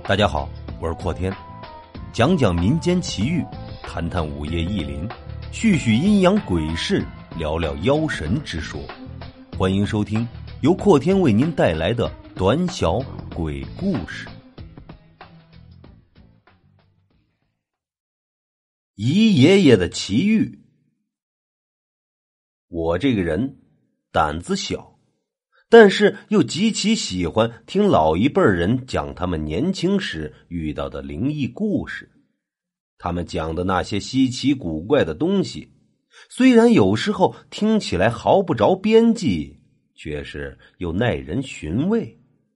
大家好，我是阔天，讲讲民间奇遇，谈谈午夜异林，叙叙阴阳鬼事，聊聊妖神之说。欢迎收听由阔天为您带来的短小鬼故事。姨爷爷的奇遇。我这个人胆子小，但是又极其喜欢听老一辈人讲他们年轻时遇到的灵异故事。他们讲的那些稀奇古怪的东西，虽然有时候听起来毫不着边际，却是又耐人寻味。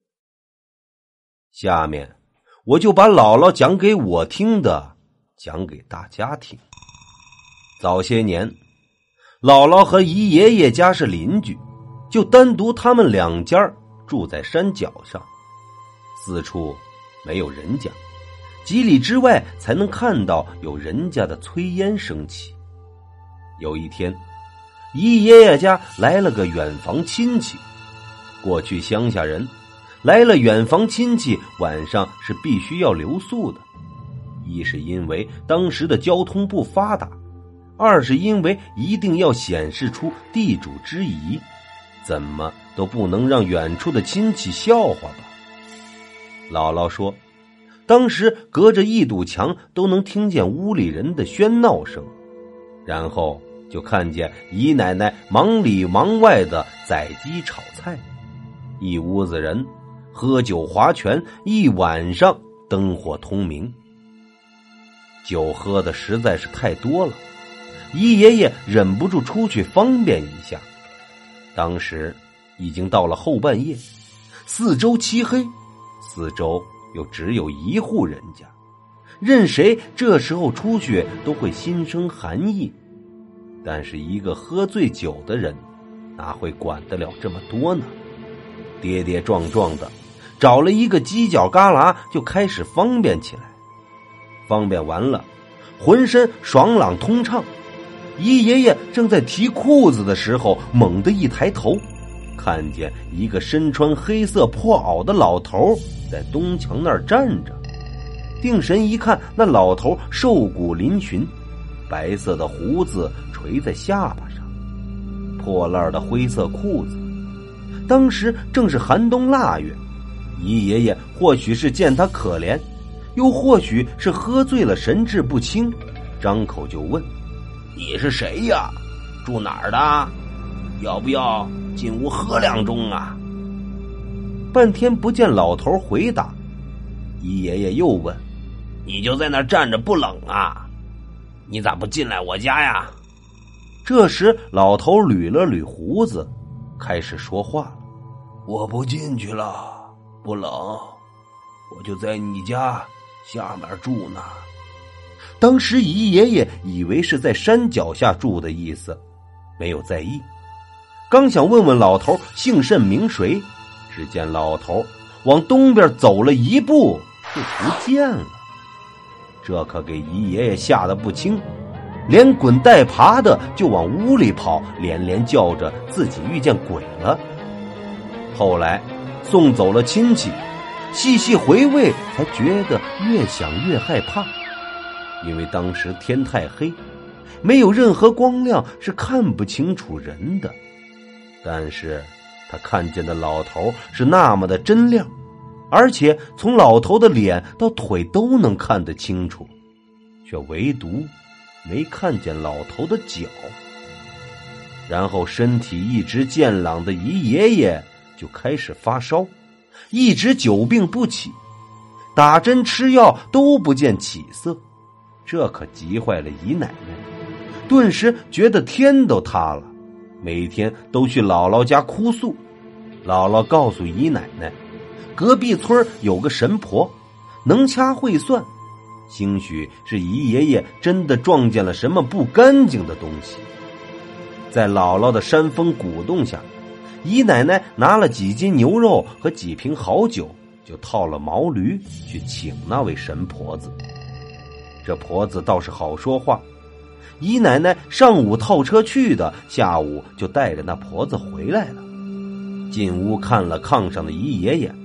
下面我就把姥姥讲给我听的讲给大家听。早些年，姥姥和姨爷爷家是邻居，就单独他们两家住在山脚上，四处没有人家，几里之外才能看到有人家的炊烟升起。有一天，姨爷爷家来了个远房亲戚。过去乡下人来了远房亲戚，晚上是必须要留宿的。一是因为当时的交通不发达，二是因为一定要显示出地主之谊，怎么都不能让远处的亲戚笑话吧。姥姥说，当时隔着一堵墙都能听见屋里人的喧闹声，然后就看见姨奶奶忙里忙外的宰鸡炒菜，一屋子人喝酒划拳，一晚上灯火通明。酒喝的实在是太多了，姨爷爷忍不住出去方便一下。当时已经到了后半夜，四周漆黑，四周又只有一户人家，任谁这时候出去都会心生寒意。但是一个喝醉酒的人哪会管得了这么多呢？跌跌撞撞的找了一个犄角旮旯就开始方便起来。方便完了，浑身爽朗通畅。姨爷爷正在提裤子的时候，猛地一抬头，看见一个身穿黑色破袄的老头在东墙那儿站着。定神一看，那老头瘦骨嶙峋，白色的胡子垂在下巴上，破烂的灰色裤子。当时正是寒冬腊月，姨爷爷或许是见他可怜，又或许是喝醉了神志不清，张口就问，你是谁呀？住哪儿的？要不要进屋喝两盅啊？半天不见老头回答，姨爷爷又问，你就在那儿站着不冷啊？你咋不进来我家呀？这时老头捋了捋胡子，开始说话了，我不进去了，不冷，我就在你家下面住呢。当时姨爷爷以为是在山脚下住的意思，没有在意，刚想问问老头姓甚名谁，只见老头往东边走了一步就不见了。这可给姨爷爷吓得不轻，连滚带爬的就往屋里跑，连连叫着自己遇见鬼了。后来送走了亲戚，细细回味才觉得越想越害怕，因为当时天太黑，没有任何光亮，是看不清楚人的。但是他看见的老头是那么的真亮，而且从老头的脸到腿都能看得清楚，却唯独没看见老头的脚。然后身体一直健朗的姨爷爷就开始发烧，一直久病不起，打针吃药都不见起色，这可急坏了姨奶奶，顿时觉得天都塌了，每天都去姥姥家哭诉。姥姥告诉姨奶奶，隔壁村有个神婆，能掐会算，兴许是姨爷爷真的撞见了什么不干净的东西。在姥姥的煽风鼓动下，姨奶奶拿了几斤牛肉和几瓶好酒，就套了毛驴去请那位神婆子。这婆子倒是好说话，姨奶奶上午套车去的，下午就带着那婆子回来了。进屋看了炕上的姨爷爷，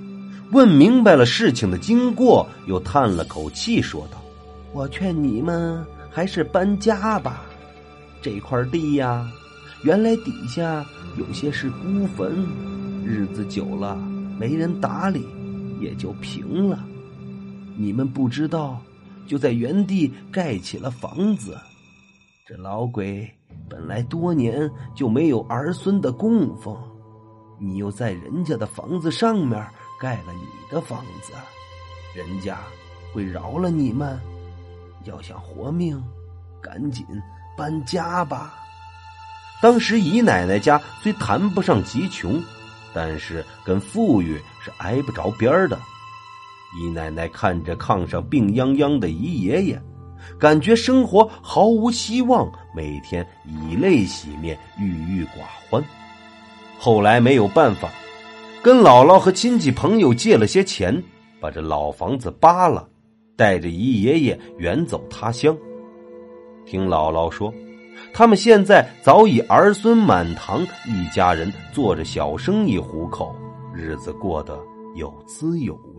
问明白了事情的经过，又叹了口气说道：我劝你们还是搬家吧，这块地呀，原来底下有些是孤坟，日子久了没人打理，也就平了。你们不知道，就在原地盖起了房子。这老鬼本来多年就没有儿孙的供奉，你又在人家的房子上面盖了你的房子，人家会饶了你们？要想活命，赶紧搬家吧。当时姨奶奶家虽谈不上极穷，但是跟富裕是挨不着边的。姨奶奶看着炕上病殃殃的姨爷爷，感觉生活毫无希望，每天以泪洗面，郁郁寡欢。后来没有办法，跟姥姥和亲戚朋友借了些钱，把这老房子扒了，带着姨爷爷远走他乡。听姥姥说，他们现在早已儿孙满堂，一家人做着小生意糊口，日子过得有滋有